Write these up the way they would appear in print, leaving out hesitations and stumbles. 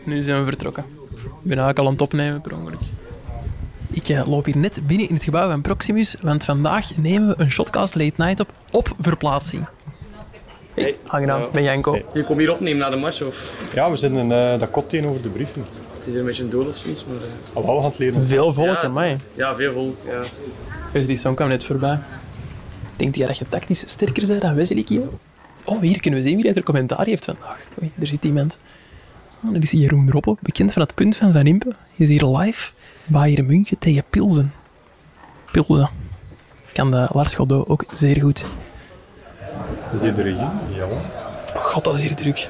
nu zijn we vertrokken. Ik ben eigenlijk al aan het opnemen per ongeluk. Ik loop hier net binnen in het gebouw van Proximus, want vandaag nemen we een Shotcast Late Night op verplaatsing. Hey, aangenaam. Ben jij Janko? Je komt hier opnemen na de match, of? Ja, we zitten in dat kot tegenover de briefing. Het is hier een beetje een doolhof soms, maar... Al wel gaan het leren. Veel volk, ja, amai. Ja, veel volk, ja. Frederiksson kwam net voorbij. Denkt jij dat je tactisch sterker bent dan Wesley, Kio? Oh, hier kunnen we zien wie er commentaar heeft vandaag. Oei, er zit iemand. Oh, er is Jeroen Roppe, bekend van het punt van Van Impe. Hij is hier live. Bayern München tegen Pilsen. Pilsen. Kan de Lars Godot ook zeer goed. Is hier de regie? Ja. Oh god, dat is hier druk.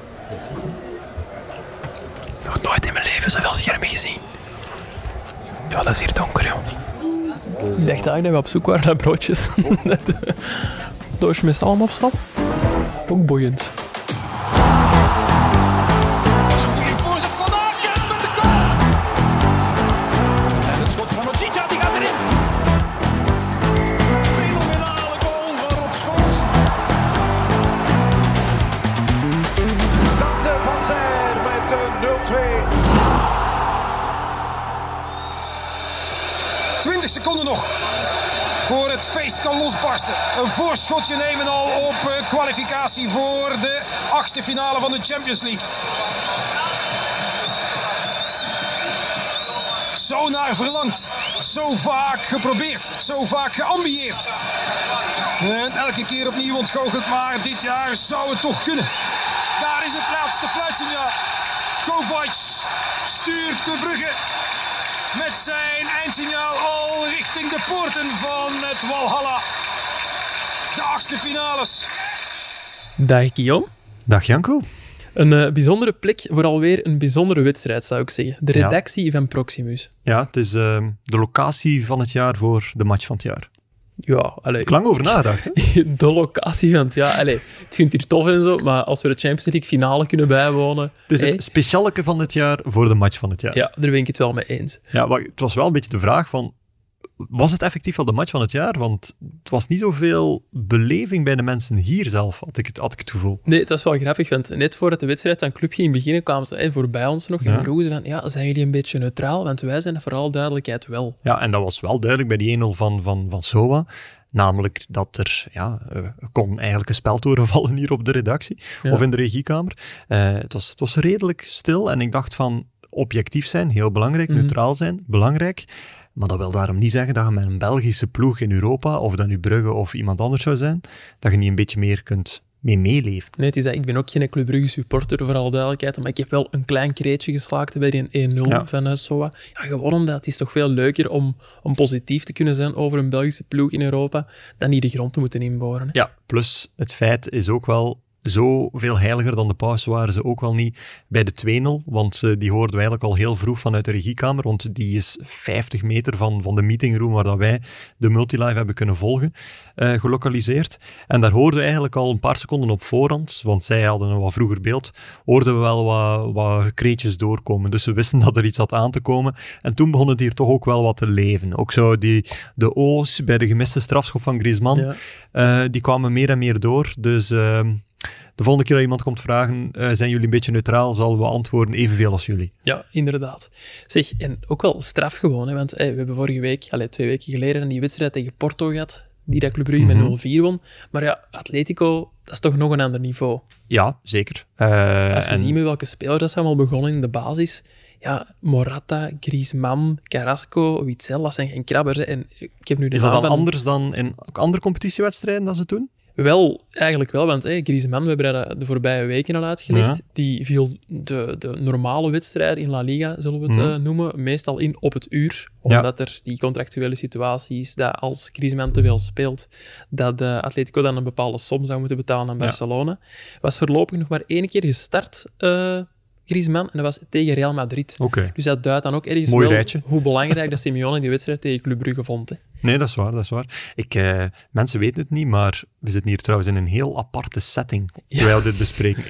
Nog nooit in mijn leven zoveel schermen gezien. Ja, dat is hier donker, joh. Ik dacht eigenlijk dat we op zoek waren naar broodjes. Doosje met zalmopslag. Ook boeiend. Zo'n goede voorzet van Aken met de goal. En het schot van Ochicha, die gaat erin. Fenomenale goal van Rob Schols. Dante van Zijr met een 0-2. 20 seconden nog. Voor het feest kan losbarsten. Een voorschotje nemen al op kwalificatie voor de 8e finale van de Champions League. Zo naar verlangd. Zo vaak geprobeerd. Zo vaak geambieerd. En elke keer opnieuw ontgoocheld, maar dit jaar zou het toch kunnen. Daar is het laatste fluitsignaal. Kovac stuurt de Brugge met zijn eindsignaal al richting de poorten van het Walhalla. De 8e finales. Dag Guillaume. Dag Janko. Een bijzondere plek voor alweer een bijzondere wedstrijd, zou ik zeggen. De redactie van Proximus. Ja, het is de locatie van het jaar voor de match van het jaar. Ja, allee. Ik lang over nagedacht, hè? De locatie van het jaar. Allee, het vindt hier tof en zo, maar als we de Champions League finale kunnen bijwonen... Het is het specialeke van het jaar voor de match van het jaar. Ja, daar ben ik het wel mee eens. Ja, maar het was wel een beetje de vraag van... Was het effectief wel de match van het jaar? Want het was niet zoveel beleving bij de mensen hier zelf, had ik het gevoel. Nee, het was wel grappig, want net voordat de wedstrijd aan club ging beginnen, kwamen ze voorbij ons nog en vroegen ze van, ja, zijn jullie een beetje neutraal? Want wij zijn voor alle duidelijkheid wel. Ja, en dat was wel duidelijk bij die 1-0 van Soa. Namelijk dat er, kon eigenlijk een speltoren vallen hier op de redactie, of in de regiekamer. Het was redelijk stil en ik dacht van, objectief zijn, heel belangrijk, neutraal zijn, belangrijk. Maar dat wil daarom niet zeggen dat je met een Belgische ploeg in Europa, of dat nu Brugge of iemand anders zou zijn, dat je niet een beetje meer kunt meeleven. Nee, het is dat, ik ben ook geen Club Brugge supporter, voor alle duidelijkheid, maar ik heb wel een klein kreetje geslagen bij die 1-0 van Soa. Ja, gewoon omdat het is toch veel leuker om positief te kunnen zijn over een Belgische ploeg in Europa, dan niet de grond te moeten inboren. Hè. Ja, plus het feit is ook wel... Zo veel heiliger dan de paus waren ze ook wel niet bij de 2-0, want die hoorden we eigenlijk al heel vroeg vanuit de regiekamer, want die is 50 meter van de meetingroom waar dat wij de multilive hebben kunnen volgen, gelokaliseerd. En daar hoorden we eigenlijk al een paar seconden op voorhand, want zij hadden een wat vroeger beeld, hoorden we wel wat kreetjes doorkomen. Dus we wisten dat er iets had aan te komen. En toen begon het hier toch ook wel wat te leven. Ook zo de O's bij de gemiste strafschop van Griezmann, die kwamen meer en meer door. Dus... De volgende keer dat iemand komt vragen, zijn jullie een beetje neutraal, zullen we antwoorden evenveel als jullie. Ja, inderdaad. Zeg, en ook wel straf gewoon, hè, want we hebben vorige week, 2 weken geleden, die wedstrijd tegen Porto gehad, die dat Club Brugge met 0-4 won. Maar ja, Atletico, dat is toch nog een ander niveau. Ja, zeker. Als je ziet met welke spelers dat zijn allemaal begonnen in de basis... Ja, Morata, Griezmann, Carrasco, Witsel, dat zijn geen krabbers. Hè. En ik heb nu de is dat dan anders dan in andere competitiewedstrijden dat ze doen? Wel, eigenlijk wel, want Griezmann, we hebben dat de voorbije weken al uitgelegd, die viel de normale wedstrijden in La Liga, zullen we het noemen, meestal in op het uur, omdat er die contractuele situatie is dat als Griezmann te veel speelt, dat Atletico dan een bepaalde som zou moeten betalen aan Barcelona. Was voorlopig nog maar 1 keer gestart, Griezmann, en dat was tegen Real Madrid. Okay. Dus dat duidt dan ook ergens mooi wel rijtje. Hoe belangrijk dat Simeone die wedstrijd tegen Club Brugge vond. Hè. Nee, dat is waar. Mensen weten het niet, maar we zitten hier trouwens in een heel aparte setting, terwijl we dit bespreken.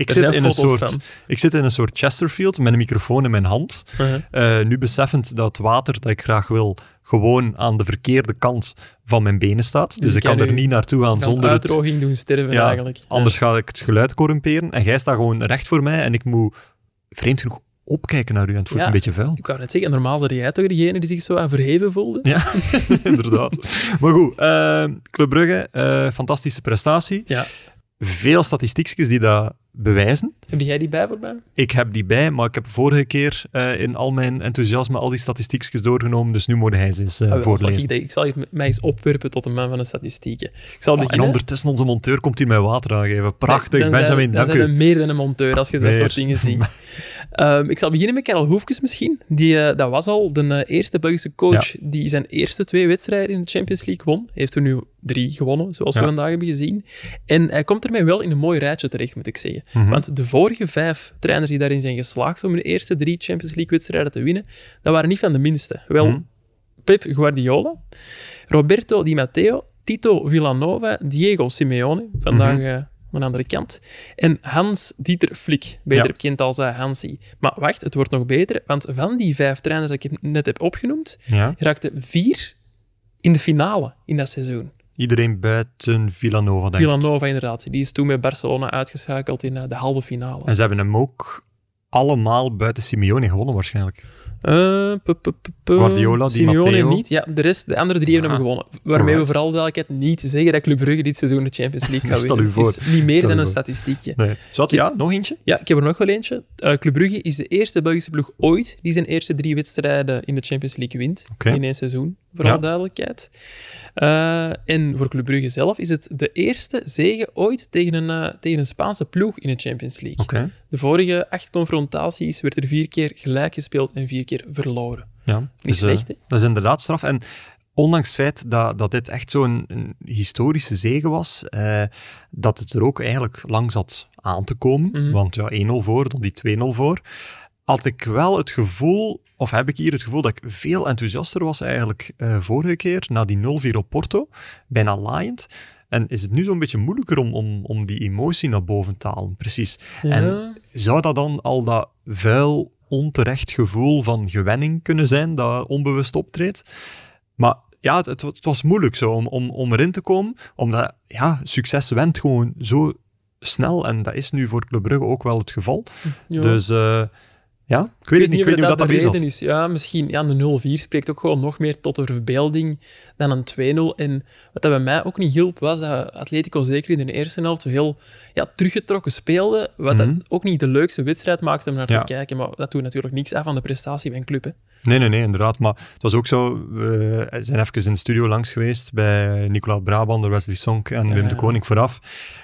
Ik zit in een soort Chesterfield met een microfoon in mijn hand, nu beseffend dat het water dat ik graag wil gewoon aan de verkeerde kant van mijn benen staat. Dus ik kan er niet naartoe gaan zonder het... uitdroging doen sterven eigenlijk. Anders ga ik het geluid corrumperen en jij staat gewoon recht voor mij en ik moet... vreemd genoeg opkijken naar u en het voelt een beetje vuil. Ik wou net zeggen, normaal zijn jij toch degene die zich zo aan verheven voelde? Ja, inderdaad. Maar goed, Club Brugge, fantastische prestatie. Ja. Veel statistiekjes die dat bewijzen. Heb jij die bij voorbij? Ik heb die bij, maar ik heb vorige keer in al mijn enthousiasme al die statistiekjes doorgenomen, dus nu moet hij ze eens voorlezen. Ik zal mij eens opwerpen tot een man van de statistieken. Ik zal beginnen. En ondertussen, onze monteur komt hier mij water aangeven. Prachtig, Benjamin, dank u. Dan zijn we meer dan een monteur als je dat soort dingen ziet. Ik zal beginnen met Karel Hoefkes misschien. Dat was al de eerste Belgische coach die zijn eerste 2 wedstrijden in de Champions League won. Heeft er nu 3 gewonnen, zoals we vandaag hebben gezien. En hij komt ermee wel in een mooi rijtje terecht, moet ik zeggen. Want de vorige 5 trainers die daarin zijn geslaagd om hun eerste 3 Champions League-wedstrijden te winnen, dat waren niet van de minste. Wel, Pep Guardiola, Roberto Di Matteo, Tito Villanova, Diego Simeone, vandaag aan de andere kant, en Hans-Dieter Flick, beter bekend als Hansi. Maar wacht, het wordt nog beter, want van die 5 trainers die ik net heb opgenoemd, raakten 4 in de finale in dat seizoen. Iedereen buiten Villanova, denk ik. Villanova, inderdaad. Die is toen met Barcelona uitgeschakeld in de halve finales. En ze hebben hem ook allemaal buiten Simeone gewonnen, waarschijnlijk. Guardiola, Di Matteo. Simeone niet. Ja, de andere 3 hebben hem gewonnen. Waarmee we vooral duidelijkheid niet zeggen dat Club Brugge dit seizoen de Champions League gaat winnen. Stel u voor. Het is niet meer dan een statistiekje. Nee. Nog eentje? Ja, ik heb er nog wel eentje. Club Brugge is de eerste Belgische ploeg ooit die zijn eerste 3 wedstrijden in de Champions League wint. In 1 seizoen, voor alle duidelijkheid. En voor Club Brugge zelf is het de eerste zege ooit tegen een Spaanse ploeg in de Champions League. De vorige 8 confrontaties werd er 4 keer gelijk gespeeld en 4 keer verloren. Ja, niet slecht, hè? Dat is inderdaad straf. En ondanks het feit dat dit echt zo'n historische zege was, dat het er ook eigenlijk lang zat aan te komen. Want 1-0 voor, dan die 2-0 voor. Had ik wel het gevoel, of heb ik hier het gevoel dat ik veel enthousiaster was eigenlijk vorige keer, na die 0-4 op Porto, bijna laaiend. En is het nu zo'n beetje moeilijker om die emotie naar boven te halen, precies. Ja. En zou dat dan al dat vuil, onterecht gevoel van gewenning kunnen zijn, dat onbewust optreedt? Maar ja, het was moeilijk zo om erin te komen, omdat succes went gewoon zo snel. En dat is nu voor Club Brugge ook wel het geval. Ja. Dus ik weet niet hoe dat reden is. Ja, misschien de 0-4 spreekt ook gewoon nog meer tot de verbeelding dan een 2-0. En wat dat bij mij ook niet hielp, was dat Atletico zeker in de eerste helft zo heel teruggetrokken speelde, wat dat ook niet de leukste wedstrijd maakte om naar te kijken. Maar dat doet natuurlijk niks af van de prestatie bij een club, hè. Nee, inderdaad. Maar het was ook zo, we zijn even in de studio langs geweest bij Nicolas Brabander, Wesley Sonk en Wim de Koning vooraf.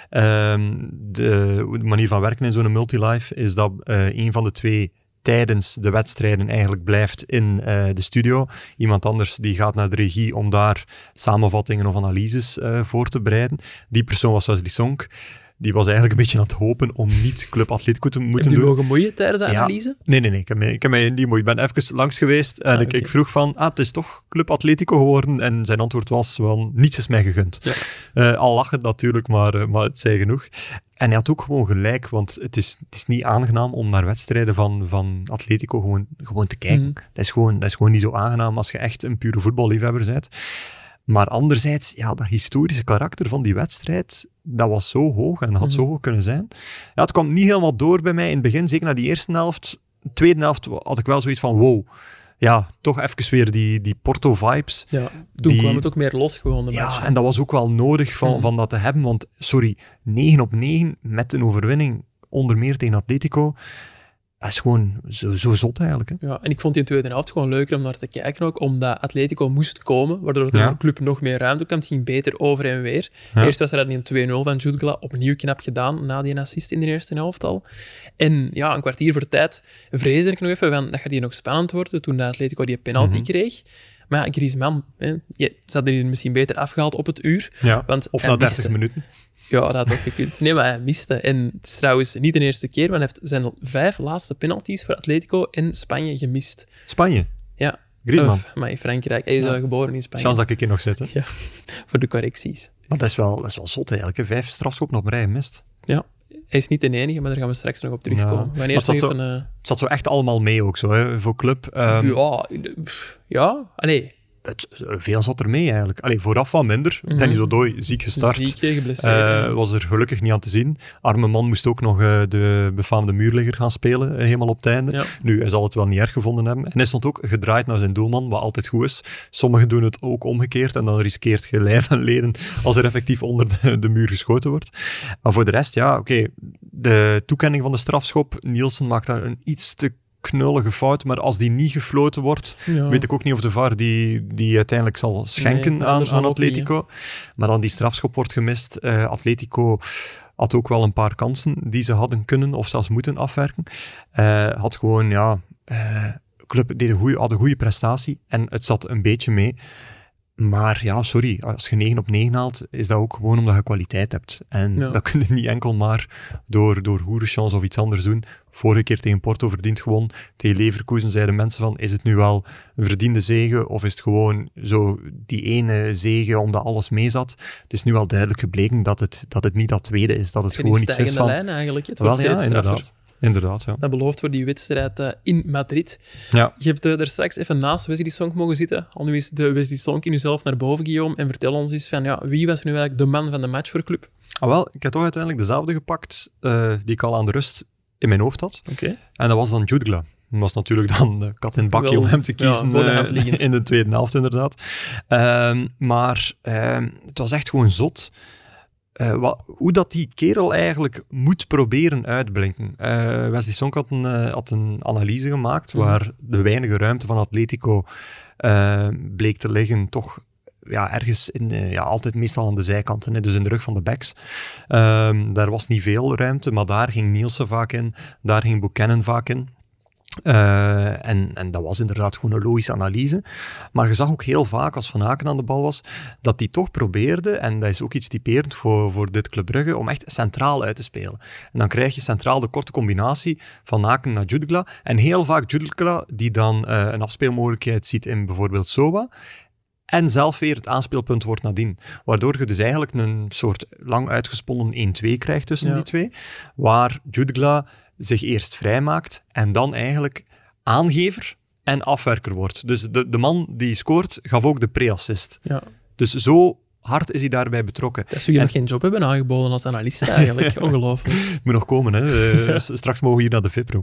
De manier van werken in zo'n multilife is dat een van de 2 tijdens de wedstrijden eigenlijk blijft in de studio. Iemand anders die gaat naar de regie om daar samenvattingen of analyses voor te bereiden. Die persoon was Wesley Sonk. Die was eigenlijk een beetje aan het hopen om niet Club Atletico te moeten doen. Heb je mogen moeien tijdens de analyse? Nee. Ik heb mij niet gemoeid. Ik ben even langs geweest en ik vroeg van, het is toch Club Atletico geworden? En zijn antwoord was, wel, niets is mij gegund. Ja. Al lachend natuurlijk, maar het zei genoeg. En hij had ook gewoon gelijk, want het is niet aangenaam om naar wedstrijden van Atletico gewoon te kijken. Dat is gewoon niet zo aangenaam als je echt een pure voetballiefhebber bent. Maar anderzijds, dat historische karakter van die wedstrijd, dat was zo hoog en had zo hoog kunnen zijn. Ja, het kwam niet helemaal door bij mij in het begin, zeker na die eerste helft. De tweede helft had ik wel zoiets van, wow, toch even weer die Porto-vibes. Ja, toen kwam het ook meer los gewoon. Ja, en dat was ook wel nodig van dat te hebben, want 9-9 met een overwinning, onder meer tegen Atletico. Dat is gewoon zo zot eigenlijk. Hè? Ja, en ik vond die tweede helft gewoon leuker om naar te kijken ook, omdat Atletico moest komen, waardoor de club nog meer ruimte kwam. Het ging beter over en weer. Eerst was er een 2-0 van Jutgla, opnieuw knap gedaan, na die assist in de eerste helft al. En een kwartier voor tijd vreesde ik nog even van, dat gaat hier nog spannend worden, toen de Atletico die penalty kreeg. Maar Griezmann, ze hadden die misschien beter afgehaald op het uur. Ja, want of na 30 minuten. Ja, dat had ook gekund. Nee, maar hij miste. En het is trouwens niet de eerste keer, want hij heeft zijn 5 laatste penalties voor Atletico in Spanje gemist. Spanje? Ja. Griezmann? Maar in Frankrijk. Hij is geboren in Spanje. Chance dat ik hier nog zit, hè? Ja, voor de correcties. Maar dat is wel zot eigenlijk, hè? 5 strafschoppen op rij gemist. Ja, hij is niet de enige, maar daar gaan we straks nog op terugkomen. Ja. Het zat zo echt allemaal mee ook, zo, hè, voor club. Allee, veel zat er mee eigenlijk. Allee, vooraf wat minder. Dennis Odoi ziek gestart. Ziek, geblesseerd. Was er gelukkig niet aan te zien. Arme man moest ook nog de befaamde muurligger gaan spelen, helemaal op het einde. Ja. Nu, hij zal het wel niet erg gevonden hebben. En hij stond ook gedraaid naar zijn doelman, wat altijd goed is. Sommigen doen het ook omgekeerd en dan riskeert je lijf en leden als er effectief onder de muur geschoten wordt. Maar voor de rest, ja, oké. De toekenning van de strafschop, Nielsen maakt daar een iets te knullige fout, maar als die niet gefloten wordt, weet ik ook niet of de VAR die uiteindelijk zal schenken aan Atletico. Niet, maar dan die strafschop wordt gemist. Atletico had ook wel een paar kansen die ze hadden kunnen of zelfs moeten afwerken. Had gewoon, club had een goede prestatie en het zat een beetje mee. Maar ja, sorry, als je 9 op 9 haalt, is dat ook gewoon omdat je kwaliteit hebt. En dat kun je niet enkel maar door hoerenchance of iets anders doen. Vorige keer tegen Porto verdiend gewoon. Tegen Leverkusen zeiden mensen van, is het nu wel een verdiende zege of is het gewoon zo die ene zege omdat alles mee zat? Het is nu al duidelijk gebleken dat het niet dat tweede is. Dat het gewoon iets is van... lijn eigenlijk. Het wordt steeds straffer. Inderdaad, ja. Dat belooft voor die wedstrijd in Madrid. Ja. Je hebt er straks even naast Wesley Sonk mogen zitten. Al nu is de Wesley Sonk in jezelf naar boven, Guillaume, en vertel ons eens van, wie was nu eigenlijk de man van de match voor club? Wel, ik heb toch uiteindelijk dezelfde gepakt die ik al aan de rust in mijn hoofd had. Okay. En dat was dan Jutgla. Dat was natuurlijk dan kat in het bakje om hem te kiezen in de tweede helft, inderdaad. Maar het was echt gewoon zot. Hoe dat die kerel eigenlijk moet proberen uitblinken. Wesley Sonk had een analyse gemaakt waar de weinige ruimte van Atletico bleek te liggen toch ergens altijd meestal aan de zijkanten, dus in de rug van de backs. Daar was niet veel ruimte, maar daar ging Nielsen vaak in, daar ging Buchanan vaak in. En dat was inderdaad gewoon een logische analyse. Maar je zag ook heel vaak, als Van Aken aan de bal was, dat hij toch probeerde, en dat is ook iets typerend voor dit Club Brugge, om echt centraal uit te spelen. En dan krijg je centraal de korte combinatie van Aken naar Jutgla. En heel vaak Jutgla, die dan een afspeelmogelijkheid ziet in bijvoorbeeld Sowa, en zelf weer het aanspeelpunt wordt nadien. Waardoor je dus eigenlijk een soort lang uitgesponnen 1-2 krijgt tussen die twee, waar Jutgla zich eerst vrijmaakt en dan eigenlijk aangever en afwerker wordt. Dus de man die scoort, gaf ook de pre-assist. Ja. Dus zo hard is hij daarbij betrokken. Dat zou je nog geen job hebben aangeboden als analist eigenlijk. Ongelooflijk. Moet nog komen, hè. Straks mogen we hier naar de FIPRO.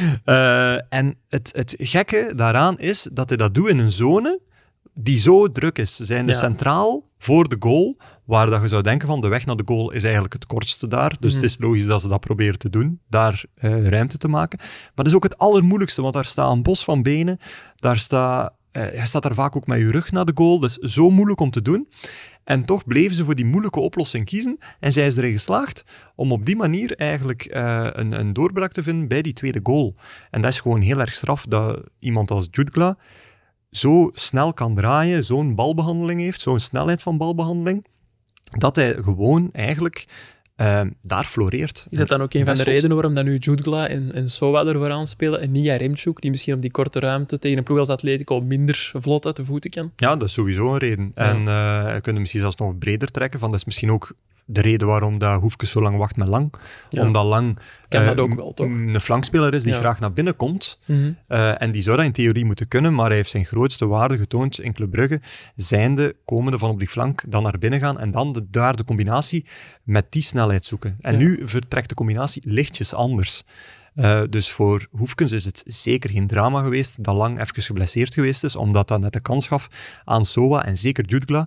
En het gekke daaraan is dat hij dat doet in een zone die zo druk is. Zijnde centraal voor de goal, waar dat je zou denken van de weg naar de goal is eigenlijk het kortste daar. Dus het is logisch dat ze dat proberen te doen, daar ruimte te maken. Maar dat is ook het allermoeilijkste, want daar staat een bos van benen. Je staat daar vaak ook met je rug naar de goal. Dat is zo moeilijk om te doen. En toch bleven ze voor die moeilijke oplossing kiezen. En zij is erin geslaagd om op die manier eigenlijk een doorbraak te vinden bij die tweede goal. En dat is gewoon heel erg straf dat iemand als Jutgla zo snel kan draaien, zo'n balbehandeling heeft, zo'n snelheid van balbehandeling, dat hij gewoon eigenlijk daar floreert. Is dat dan ook een van de redenen waarom dan nu Jutgla en Sowa ervoor aanspelen en niet Yaremchuk, die misschien op die korte ruimte tegen een ploeg als Atletico minder vlot uit de voeten kan? Ja, dat is sowieso een reden. Ja. En we kunnen misschien zelfs nog breder trekken, van dat is misschien ook de reden waarom dat Hoefkes zo lang wacht met Lang. Ja. Omdat Lang kan dat ook wel, toch? Een flankspeler is die graag naar binnen komt. En die zou dat in theorie moeten kunnen, maar hij heeft zijn grootste waarde getoond in Club Brugge, zijnde komende van op die flank, dan naar binnen gaan en dan daar de combinatie met die snelheid zoeken. En nu vertrekt de combinatie lichtjes anders. Dus voor Hoefkens is het zeker geen drama geweest dat Lang even geblesseerd geweest is, omdat dat net de kans gaf aan Sowa en zeker Jutgla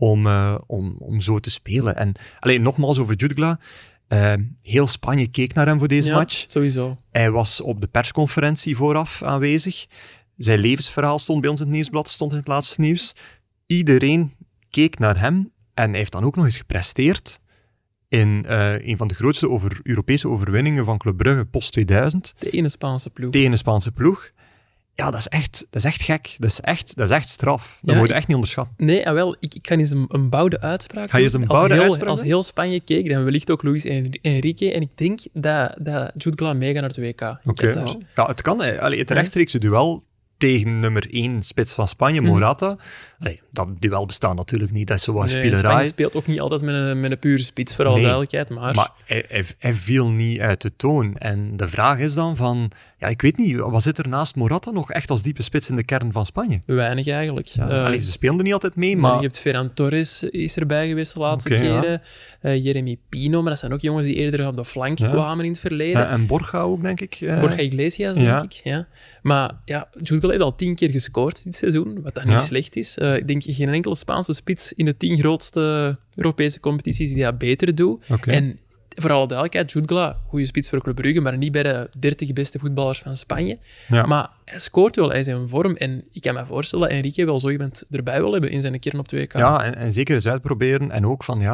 om zo te spelen. En alleen nogmaals over Jutgla. Heel Spanje keek naar hem voor deze match. Sowieso. Hij was op de persconferentie vooraf aanwezig. Zijn levensverhaal stond bij ons in het nieuwsblad, stond in het laatste nieuws. Iedereen keek naar hem en hij heeft dan ook nog eens gepresteerd in een van de grootste Europese overwinningen van Club Brugge post 2000. Tegen een Spaanse ploeg. Tegen een Spaanse ploeg. Ja, dat is echt gek. Dat is echt straf. Dat moet je echt niet onderschatten. Nee, wel, ik ga eens een boude uitspraak doen. Als heel Spanje keek, dan wellicht ook Luis Enrique. En ik denk dat Jutgla meegaat naar het WK. Oké. Ja, het kan. Het rechtstreekse duel tegen nummer 1 spits van Spanje, Morata. Dat duel bestaat natuurlijk niet, dat is zo wat spielerij. Spanje speelt ook niet altijd met een pure spits, voor alle duidelijkheid. Maar hij viel niet uit de toon. En de vraag is dan van... Ja, ik weet niet, wat zit er naast Morata nog echt als diepe spits in de kern van Spanje? Weinig eigenlijk. Ja, ze speelden niet altijd mee, maar... Je hebt Ferran Torres is erbij geweest de laatste keren. Ja. Jeremy Pino, maar dat zijn ook jongens die eerder op de flank kwamen in het verleden. En Borja ook, denk ik. Borja Iglesias, denk ik. Ja. Maar Jude Bellingham heeft al 10 keer gescoord dit seizoen, wat dan niet slecht is. Ik denk geen enkele Spaanse spits in de 10 grootste Europese competities die dat beter doet. En voor alle duidelijkheid, Jude Bellingham, goede spits voor Club Brugge, maar niet bij de 30 beste voetballers van Spanje. Ja. Maar hij scoort wel, hij is in vorm. En ik kan me voorstellen dat Enrique wel zo iemand erbij wil hebben in zijn kern op 2K. Ja, en zeker eens uitproberen. En ook van,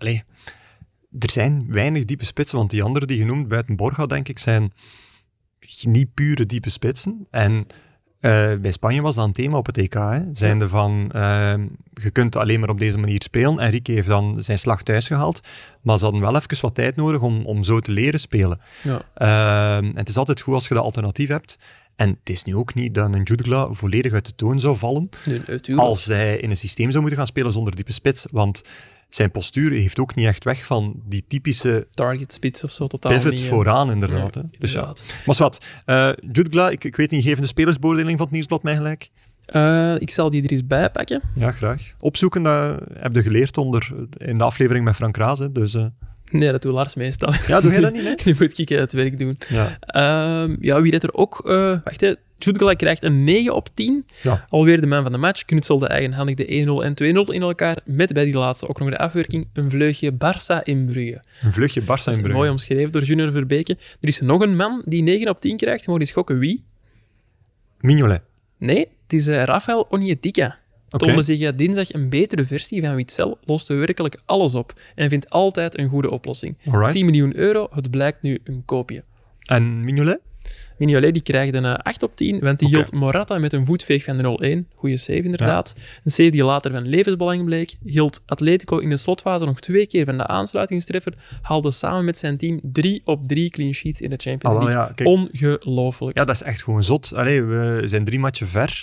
er zijn weinig diepe spitsen, want die anderen die genoemd, buiten Borja, denk ik, zijn niet pure diepe spitsen. En bij Spanje was dat een thema op het EK. Zijnde van, je kunt alleen maar op deze manier spelen. Enrique heeft dan zijn slag thuis gehaald. Maar ze hadden wel even wat tijd nodig om zo te leren spelen. Ja. En het is altijd goed als je dat alternatief hebt. En het is nu ook niet dat een Jude Bellingham volledig uit de toon zou vallen. Nee, als hij in een systeem zou moeten gaan spelen zonder diepe spits. Want zijn postuur heeft ook niet echt weg van die typische... target spits of zo, totaal pivot niet. Vooraan, inderdaad. Ja, dus maar wat, Jude Bellingham, ik weet niet, geven de spelersbeoordeling van het Nieuwsblad mij gelijk? Ik zal die er eens bij pakken. Ja, graag. Opzoeken, dat heb je geleerd in de aflevering met Frank Raas. Dus, nee, dat doet Lars meestal. Ja, doe jij dat niet, hè? Nu moet ik het werk doen. Ja, wie dat er ook... wacht, Jude Bellingham krijgt een 9 op 10. Ja. Alweer de man van de match. Knutselde eigenhandig de 1-0 en 2-0 in elkaar. Met bij die laatste ook nog de afwerking. Een vleugje Barça in Brugge. Een vleugje Barça in Brugge. Dat is mooi omschreven door Junior Verbeke. Er is nog een man die 9 op 10 krijgt. Je mag eens gokken wie? Mignolet. Nee, het is Rafael Onyedika. Toonde zich dinsdag een betere versie van Witsel, loste werkelijk alles op en vindt altijd een goede oplossing. Alright. 10 miljoen euro, het blijkt nu een koopje. En Mignolet? Mignolet die krijgt een 8 op 10, want die hield Morata met een voetveeg van de 0-1. Goeie save inderdaad. Ja. Een save die later van levensbelang bleek. Hield Atletico in de slotfase nog 2 keer van de aansluitingstreffer. Haalde samen met zijn team 3 op 3 clean sheets in de Champions League. Ja, ongelooflijk. Ja, dat is echt gewoon zot. We zijn 3 matchen ver.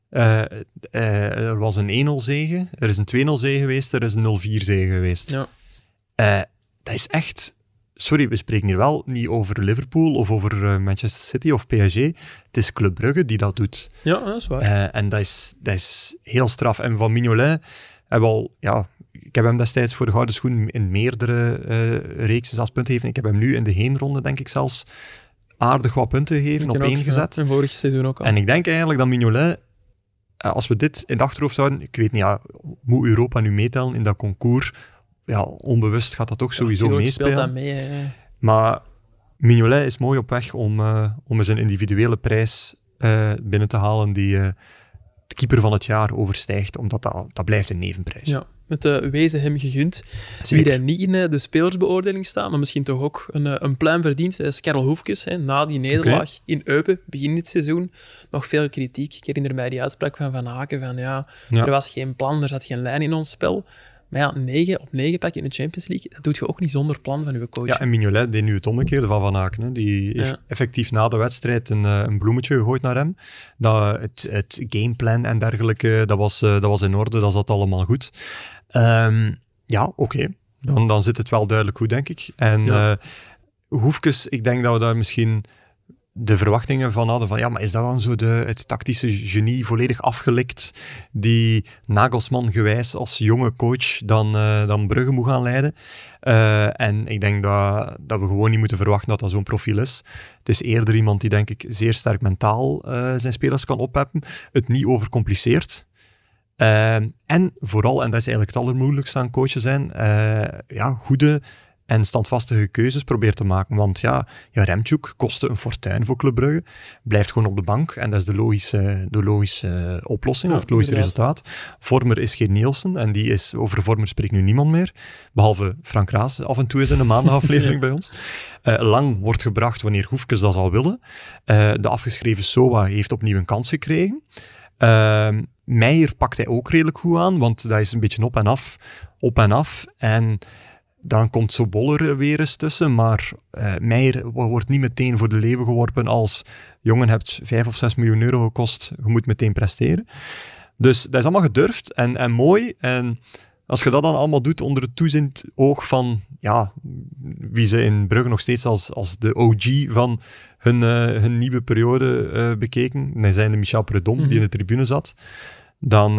Er was een 1-0 zege, er is een 2-0 zege geweest, er is een 0-4 zege geweest. Ja. Dat is echt... Sorry, we spreken hier wel niet over Liverpool of over Manchester City of PSG. Het is Club Brugge die dat doet. Ja, dat is waar. En dat is heel straf. En van Mignolet hebben we al... Ja, ik heb hem destijds voor de Gouden Schoen in meerdere reeksen als punten gegeven. Ik heb hem nu in de heenronde, denk ik zelfs, aardig wat punten gegeven, op 1 gezet. En vorig seizoen ook al. En ik denk eigenlijk dat Mignolet... Als we dit in het achterhoofd houden, ik weet niet, moet Europa nu meetellen in dat concours? Ja, onbewust gaat dat toch sowieso meespelen. Speelt dat mee, maar Mignolet is mooi op weg om eens een individuele prijs binnen te halen die de keeper van het jaar overstijgt, omdat dat blijft een nevenprijs. Ja, met wezen hem gegund. Wie daar niet in de spelersbeoordeling staat, maar misschien toch ook een pluim verdient, dat is Karel Hoefkes. Na die nederlaag in Eupen, begin dit seizoen, nog veel kritiek. Ik herinner mij die uitspraak van Van Aken van er was geen plan, er zat geen lijn in ons spel. Maar 9 op 9 pakken in de Champions League, dat doe je ook niet zonder plan van uw coach. Ja, en Mignolet deed nu het omgekeerde van Aken. Hè. Die heeft effectief na de wedstrijd een bloemetje gegooid naar hem. Dat het gameplan en dergelijke, dat was in orde, dat zat allemaal goed. Oké. Dan zit het wel duidelijk goed, denk ik. En Hoefkes, ik denk dat we daar misschien de verwachtingen van hadden van, maar is dat dan zo het tactische genie volledig afgelikt, die Nagelsman gewijs als jonge coach dan Brugge moet gaan leiden? En ik denk dat we gewoon niet moeten verwachten dat dat zo'n profiel is. Het is eerder iemand die, denk ik, zeer sterk mentaal zijn spelers kan oppeppen, het niet overcompliceert. En vooral, en dat is eigenlijk het allermoeilijkste aan coachen zijn, goede en standvastige keuzes probeert te maken. Want Remtjouk kostte een fortuin voor Club Brugge, blijft gewoon op de bank en dat is de logische oplossing, of het logische resultaat. Vormer is geen Nielsen en over Vormer spreekt nu niemand meer, behalve Frank Raas af en toe is in een maandagaflevering bij ons. Lang wordt gebracht wanneer Hoefkes dat zal willen. De afgeschreven Soa heeft opnieuw een kans gekregen. Meijer pakt hij ook redelijk goed aan, want dat is een beetje op en af. En Dan komt Soboller er weer eens tussen, maar Meijer wordt niet meteen voor de leeuwen geworpen als jongen, hebt 5 of 6 miljoen euro gekost, je moet meteen presteren. Dus dat is allemaal gedurfd en mooi. En als je dat dan allemaal doet onder het toezicht oog van wie ze in Brugge nog steeds als de OG van hun nieuwe periode bekeken, en zijn de Michel Prudhomme die in de tribune zat, dan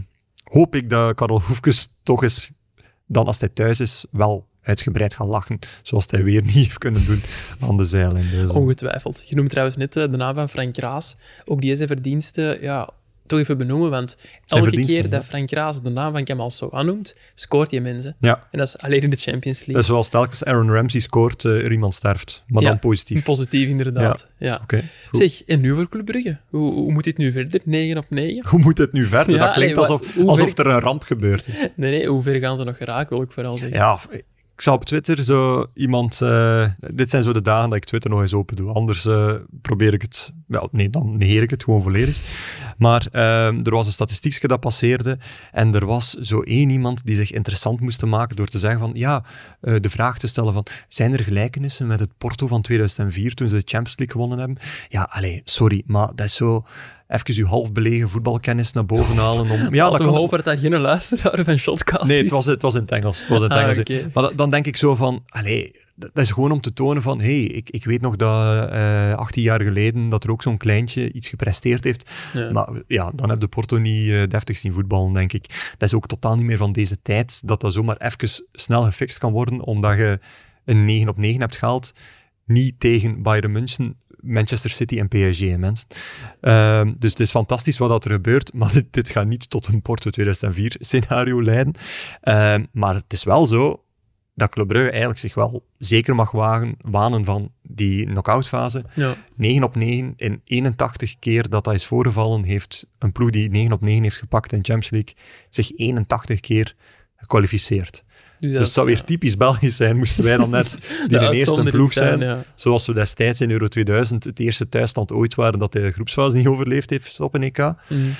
hoop ik dat Karel Hoefkes toch eens, dan als hij thuis is, wel uitgebreid gaat lachen, zoals hij weer niet heeft kunnen doen aan de zijlijn. Ongetwijfeld. Je noemt trouwens net de naam van Frank Raas. Ook die zijn verdiensten, toch even benoemen, want elke keer dat Frank Raas de naam van Kamal Sowa noemt, scoort hij mensen. Ja. En dat is alleen in de Champions League. Dat is zoals telkens Aaron Ramsey scoort, er iemand sterft. Maar dan positief. Positief, inderdaad. Ja. Okay, zeg, en nu voor Club Brugge? Hoe moet dit nu verder? 9 op 9? Hoe moet het nu verder? Dat klinkt alsof er een ramp gebeurd is. Nee, hoe ver gaan ze nog geraken, wil ik vooral zeggen. Ja, ik zal op Twitter zo iemand... dit zijn zo de dagen dat ik Twitter nog eens open doe. Anders probeer ik het... dan negeer ik het gewoon volledig. Maar er was een statistiekje dat passeerde en er was zo één iemand die zich interessant moest maken door te zeggen van de vraag te stellen van, zijn er gelijkenissen met het Porto van 2004 toen ze de Champions League gewonnen hebben? Ja, sorry, maar dat is zo... Even uw half belegen voetbalkennis naar boven halen. Dat hopen dat geen luisteraar van Shotcast is. Nee, het was in het Engels. Okay. Maar dan denk ik zo van... dat is gewoon om te tonen van... ik weet nog dat 18 jaar geleden dat er ook zo'n kleintje iets gepresteerd heeft. Ja. Maar dan heb de Porto niet deftig zien voetballen, denk ik. Dat is ook totaal niet meer van deze tijd. Dat zomaar even snel gefixt kan worden, omdat je een 9 op 9 hebt gehaald. Niet tegen Bayern München, Manchester City en PSG, mensen. Dus het is fantastisch wat er gebeurt, maar dit gaat niet tot een Porto 2004 scenario leiden. Maar het is wel zo dat Club Brugge eigenlijk zich wel zeker mag wanen van die knock-outfase. Ja. 9 op 9 in 81 keer dat is voorgevallen, heeft een ploeg die 9 op 9 heeft gepakt in Champions League zich 81 keer gekwalificeerd. Dus het zou weer typisch Belgisch zijn, moesten wij dan net die de eerste ploeg zijn. Zoals we destijds in Euro 2000 het eerste thuisland ooit waren dat de groepsfase niet overleefd heeft op een EK.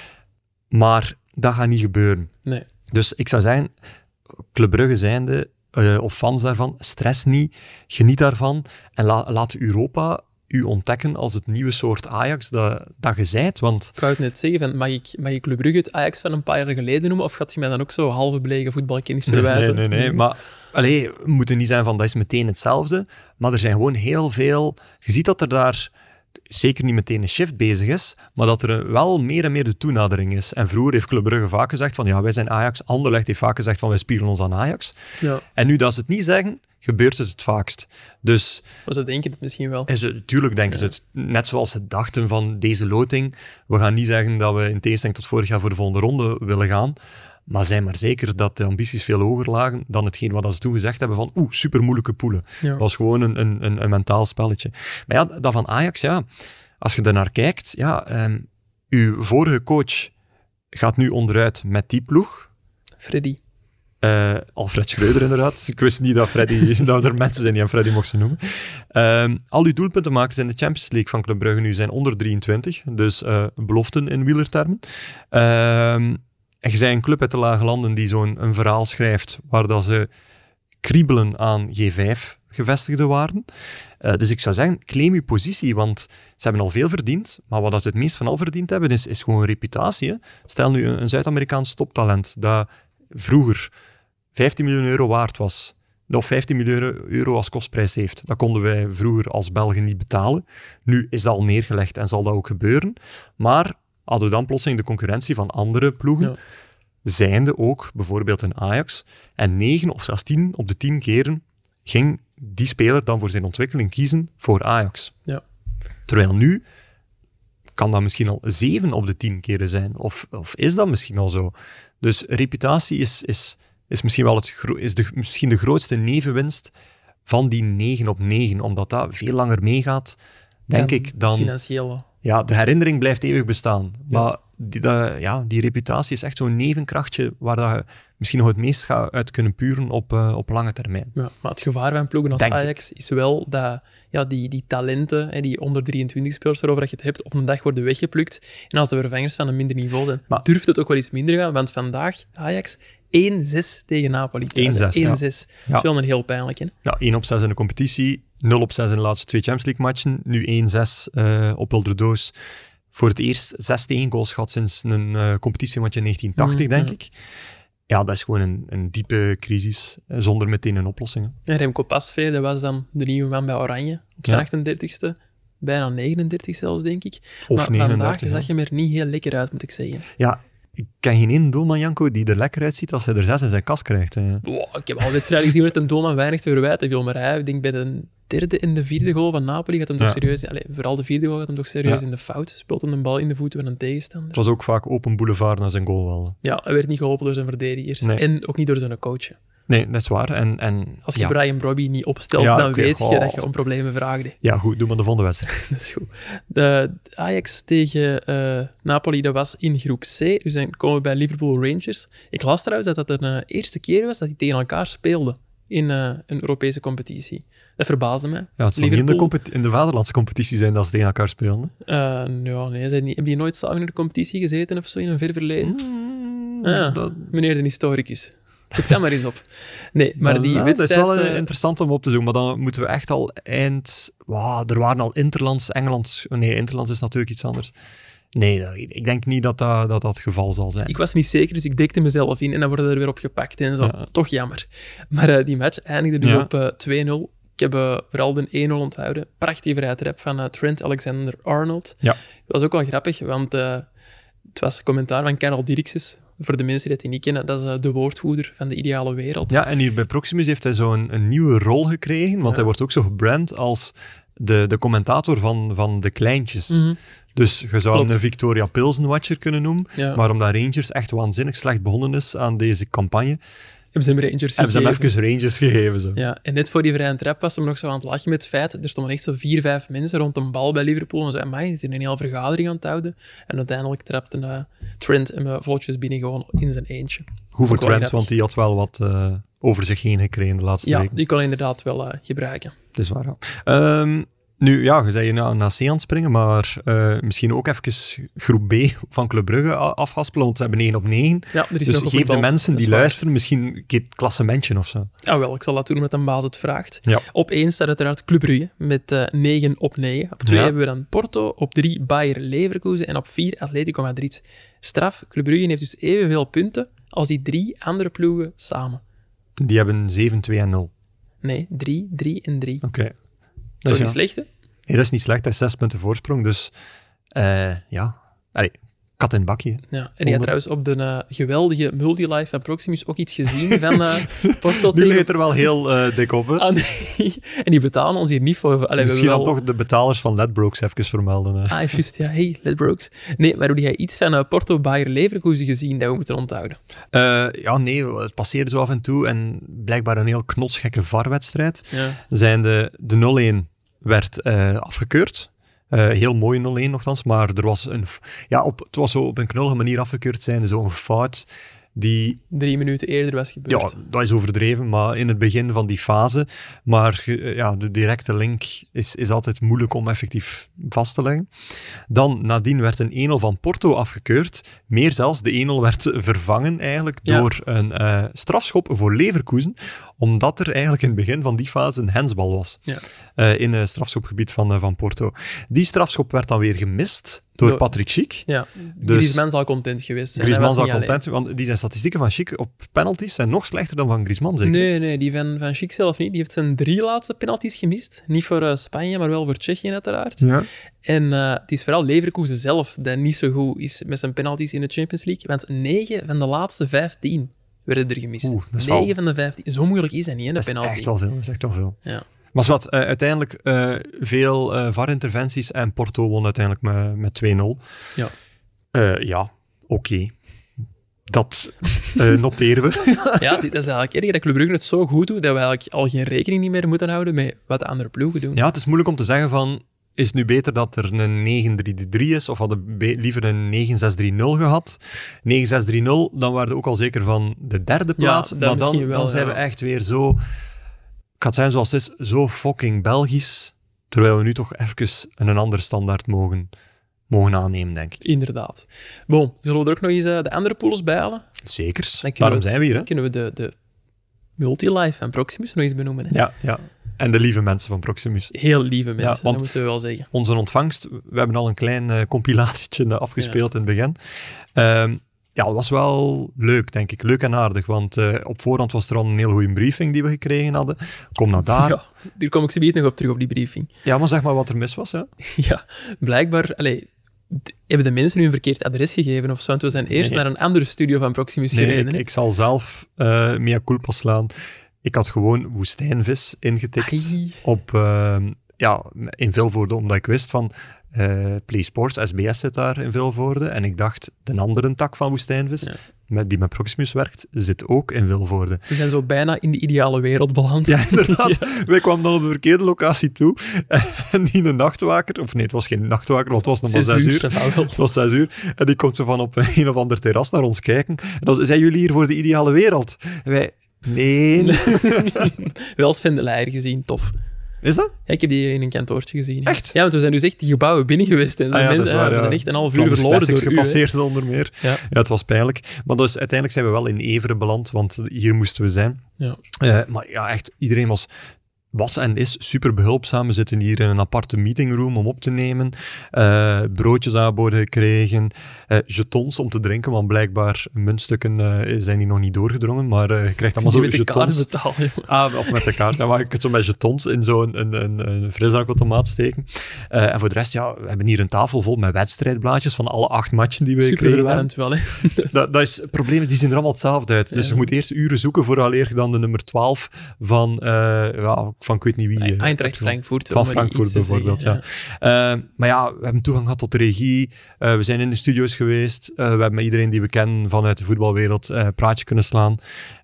Maar dat gaat niet gebeuren. Nee. Dus ik zou zeggen, Club Brugge zijnde, of fans daarvan, stress niet, geniet daarvan en laat Europa u ontdekken als het nieuwe soort Ajax dat je zijt. Want... Ik wou het net zeggen, mag ik Club Brugge het Ajax van een paar jaar geleden noemen, of gaat je mij dan ook zo halve belegen voetbalkennis verwijten? Nee. Maar we moeten niet zijn van dat is meteen hetzelfde, maar er zijn gewoon heel veel... Je ziet dat er daar zeker niet meteen een shift bezig is, maar dat er wel meer en meer de toenadering is. En vroeger heeft Club Brugge vaak gezegd van wij zijn Ajax. Anderlecht heeft vaak gezegd van wij spiegelen ons aan Ajax. Ja. En nu dat ze het niet zeggen, gebeurt het vaakst. Dus... Maar ze denken het misschien wel. Tuurlijk denken ze het. Net zoals ze dachten van deze loting. We gaan niet zeggen dat we in tegenstelling tot vorig jaar voor de volgende ronde willen gaan. Maar zijn maar zeker dat de ambities veel hoger lagen dan hetgeen wat ze toen gezegd hebben van super moeilijke poelen. Ja. Dat was gewoon een mentaal spelletje. Maar dat van Ajax, als je daarnaar kijkt, uw vorige coach gaat nu onderuit met die ploeg. Freddy. Alfred Schreuder, inderdaad. Ik wist niet dat er mensen zijn die hem Freddy mochten noemen. Al uw doelpuntenmakers in de Champions League van Club Brugge nu zijn onder 23. Dus beloften in wielertermen. En je bent een club uit de lage landen die een verhaal schrijft waar dat ze kriebelen aan G5 gevestigde waarden. Dus ik zou zeggen, claim je positie, want ze hebben al veel verdiend, maar wat ze het meest van al verdiend hebben, is gewoon reputatie. Hè? Stel nu een Zuid-Amerikaans toptalent dat vroeger 15 miljoen euro waard was, of 15 miljoen euro als kostprijs heeft. Dat konden wij vroeger als Belgen niet betalen. Nu is dat al neergelegd en zal dat ook gebeuren. Maar hadden we dan plotseling de concurrentie van andere ploegen, zijnde ook bijvoorbeeld een Ajax. En 9 of zelfs 10 op de 10 keren ging die speler dan voor zijn ontwikkeling kiezen voor Ajax. Ja. Terwijl nu kan dat misschien al 7 op de 10 keren zijn. Of is dat misschien al zo? Dus reputatie is misschien wel misschien de grootste nevenwinst van die 9 op 9, omdat dat veel langer meegaat, denk ik, dan... Financieel. Ja, de herinnering blijft eeuwig bestaan. Ja. Maar die reputatie is echt zo'n nevenkrachtje waar dat je misschien nog het meest gaat uit kunnen puren op lange termijn. Ja, maar het gevaar van ploegen als Denk Ajax is wel dat die talenten, die onder 23 spelers waarover je het hebt, op een dag worden weggeplukt. En als de vervangers van een minder niveau zijn, Maar durft het ook wel iets minder gaan. Want vandaag, Ajax, 1-6 tegen Napoli. 1-6, ja. 1-6. Dat is wel een heel pijnlijk, hè? Ja, 1-6 in de competitie, 0-6 in de laatste 2 Champions League matchen, nu 1-6 op Wilderdoos. Voor het eerst 6 tegengoals gehad sinds een competitiematch in 1980, denk ik. Ja, dat is gewoon een diepe crisis, zonder meteen een oplossing. Hè. En Remco Pasveer, dat was dan de nieuwe man bij Oranje, op zijn 38e. Bijna 39 zelfs, denk ik. Of maar 39, vandaag zag je er niet heel lekker uit, moet ik zeggen. Ja, ik ken geen één doelman, Janko, die er lekker uitziet als hij er 6 in zijn kas krijgt. Wow, ik heb al wedstrijden gezien waar het een doelman weinig te verwijten viel. Maar hij, ik denk bij de derde en de vierde goal van Napoli gaat hem toch serieus... vooral de vierde goal gaat hem toch serieus in de fout. Speelt hem een bal in de voeten van een tegenstander. Het was ook vaak open boulevard naar zijn goal wel. Ja, hij werd niet geholpen door zijn verdedigers. Nee. En ook niet door zijn coach. Nee, dat is waar. En als je Brian Brobby niet opstelt, dan weet je dat je om problemen vraagt. Ja, goed, doe maar de volgende wedstrijd. Dat is goed. De Ajax tegen Napoli, dat was in groep C. Dus dan komen we bij Liverpool Rangers. Ik las trouwens dat de eerste keer was dat die tegen elkaar speelden in een Europese competitie. Dat verbaasde mij. Ja, het zal niet in de vaderlandse competitie zijn dat ze tegen elkaar spelen. Nee, hebben die nooit samen in de competitie gezeten of zo in een ver verleden? Meneer de historicus. Zoek dat maar eens op. Nee, maar die wedstrijd... Dat is wel interessant om op te zoeken, maar dan moeten we echt al er waren al interlands, Engelands... Nee, interlands is natuurlijk iets anders. Nee, ik denk niet dat het geval zal zijn. Ik was niet zeker, dus ik dekte mezelf in en dan worden er weer op gepakt en zo. Ja. Toch jammer. Maar die match eindigde dus op 2-0. Ik heb vooral de 1-0 onthouden. Prachtige vrije trap van Trent Alexander-Arnold. Ja. Dat was ook wel grappig, want het was commentaar van Karel Dirkses. Voor de mensen die het niet kennen, dat is de woordvoerder van de ideale wereld. Ja, en hier bij Proximus heeft hij zo een nieuwe rol gekregen, want hij wordt ook zo gebrand als de commentator van de kleintjes. Mm-hmm. Dus je zou hem een Victoria Pilsen-watcher kunnen noemen, maar omdat Rangers echt waanzinnig slecht begonnen is aan deze campagne, hebben ze hem even Rangers gegeven. Zo. Ja, en net voor die vrije trap was hem nog zo aan het lachen met het feit, er stonden echt zo 4-5 mensen rond een bal bij Liverpool en zeiden, amai, is hier een hele vergadering aan het houden. En uiteindelijk trapte Trent hem vlotjes binnen gewoon in zijn eentje. Goed voor Trent, want die had wel wat over zich heen gekregen de laatste weken. Ja, die kon inderdaad wel gebruiken. Dat is waar, ja. Nu, ja, je zei je naar C aan het springen, maar misschien ook even groep B van Club Brugge afhaspelen, want ze hebben 9 op 9. Ja, er is dus nog geef de mensen die luisteren misschien een klassementje of zo. Ja, wel, ik zal dat doen omdat een baas het vraagt. Ja. Op 1 staat uiteraard Club Brugge met 9 op 9. Op 2 hebben we dan Porto, op 3 Bayer Leverkusen en op 4 Atletico Madrid. Straf, Club Brugge heeft dus evenveel punten als die 3 andere ploegen samen. Die hebben 7, 2 en 0. Nee, 3, 3 en 3. Oké. Dat is niet slecht, hè? Nee, dat is niet slecht. Dat is 6 punten voorsprong. Dus kat in het bakje. Ja, en die had trouwens op de geweldige multilive van Proximus ook iets gezien van Porto. Nu ligt er wel heel dik op, hè? Nee. En die betalen ons hier niet voor. Misschien dan toch de betalers van Ledbrokes even vermelden. Juist, ja. Hey, Ledbrokes. Nee, maar heb jij iets van Porto Bayer Leverkusen gezien dat we moeten onthouden? Nee, het passeerde zo af en toe. En blijkbaar een heel knotsgekke VAR-wedstrijd. Ja. Zijn de 0-1 werd afgekeurd. Heel mooi 0-1 nogthans, maar er was het was zo op een knullige manier afgekeurd zijn, zo'n fout die... 3 minuten eerder was gebeurd. Ja, dat is overdreven, maar in het begin van die fase. Maar de directe link is altijd moeilijk om effectief vast te leggen. Dan, nadien werd een 1-0 van Porto afgekeurd. Meer zelfs, de 1-0 werd vervangen eigenlijk door een strafschop voor Leverkusen, omdat er eigenlijk in het begin van die fase een handsbal was. Ja. In het strafschopgebied van Porto. Die strafschop werd dan weer gemist door Patrick Schick. Ja, dus Griezmann zal content geweest zijn. Griezmann zal content, want die zijn statistieken van Schick op penalties zijn nog slechter dan van Griezmann, zeker? Nee, die van Schick zelf niet. Die heeft zijn 3 laatste penalties gemist. Niet voor Spanje, maar wel voor Tsjechië uiteraard. Ja. En het is vooral Leverkusen zelf dat niet zo goed is met zijn penalties in de Champions League, want 9 van de laatste 15 werden er gemist. 9 van de 15. Zo moeilijk is dat niet, hè, de penalty. Dat is echt wel veel. Ja. Maar wat, uiteindelijk veel VAR-interventies en Porto won uiteindelijk met 2-0. Ja. Oké. Dat noteren we. Ja, dat is eigenlijk erg dat Club Brugge het zo goed doet dat we eigenlijk al geen rekening meer moeten houden met wat de andere ploegen doen. Ja, het is moeilijk om te zeggen van is het nu beter dat er een 9-3-3 is, of hadden liever een 9-6-3-0 gehad. 9-6-3-0, dan waren we ook al zeker van de derde plaats. Ja, maar wel, dan zijn we echt weer zo... Ik ga het zijn zoals het is, zo fucking Belgisch, terwijl we nu toch even een andere standaard mogen aannemen, denk ik. Inderdaad. Bon, zullen we er ook nog eens de andere pools bij halen? Zekers. Dan kunnen Daarom we zijn we hier, hè? Dan kunnen we de Multilife en Proximus nog eens benoemen. Hè? Ja. En de lieve mensen van Proximus. Heel lieve mensen, want dat moeten we wel zeggen. Onze ontvangst, we hebben al een klein compilatietje afgespeeld in het begin. Ja, dat was wel leuk, denk ik. Leuk en aardig, want op voorhand was er al een heel goede briefing die we gekregen hadden. Kom naar daar. Ja, hier kom ik zo nog op terug op die briefing. Ja, maar zeg maar wat er mis was, hè? Ja, blijkbaar... hebben de mensen nu een verkeerd adres gegeven of zo? Want we zijn eerst naar een andere studio van Proximus gereden. Ik zal zelf mea culpa slaan. Ik had gewoon woestijnvis ingetikt in Vilvoorde, omdat ik wist van PlaySports, SBS zit daar in Vilvoorde. En ik dacht, de andere tak van woestijnvis, die met Proximus werkt, zit ook in Vilvoorde. We zijn zo bijna in de ideale wereld beland. Ja, inderdaad. Wij kwamen dan op de verkeerde locatie toe. En die een nachtwaker, of nee, het was geen nachtwaker, want het was nog maar 6 uur. Het was 6 uur. En die komt zo van op een of ander terras naar ons kijken. En dan zijn jullie hier voor de ideale wereld? En wij, nee. Wel Sven de Leijer gezien, tof. Is dat? Ja, ik heb die in een kantoortje gezien. Echt? Ja, want we zijn dus echt die gebouwen binnen geweest. En we zijn echt een half uur verloren door gepasseerd onder meer. Ja, het was pijnlijk. Maar dus, uiteindelijk zijn we wel in Everen beland, want hier moesten we zijn. Ja. Maar ja, echt, iedereen was en is super behulpzaam. We zitten hier in een aparte meetingroom om op te nemen. Broodjes aangeboden gekregen. Jetons om te drinken, want blijkbaar muntstukken zijn hier nog niet doorgedrongen. Maar je krijgt allemaal zo jetons. Of met de kaart. Dan mag ik het zo met jetons in zo'n een frisdrankautomaat steken. En voor de rest, ja, we hebben hier een tafel vol met wedstrijdblaadjes van alle 8 matchen die we gekregen hebben. Super verwarrend wel, hè. Dat is het probleem, die zien er allemaal hetzelfde uit. Dus je moet eerst uren zoeken vooraleer je dan de nummer 12 van ik weet niet wie. Eintracht Frankfurt. Van Frankfurt bijvoorbeeld, ja. Maar ja, we hebben toegang gehad tot de regie. We zijn in de studio's geweest. We hebben met iedereen die we kennen vanuit de voetbalwereld een praatje kunnen slaan.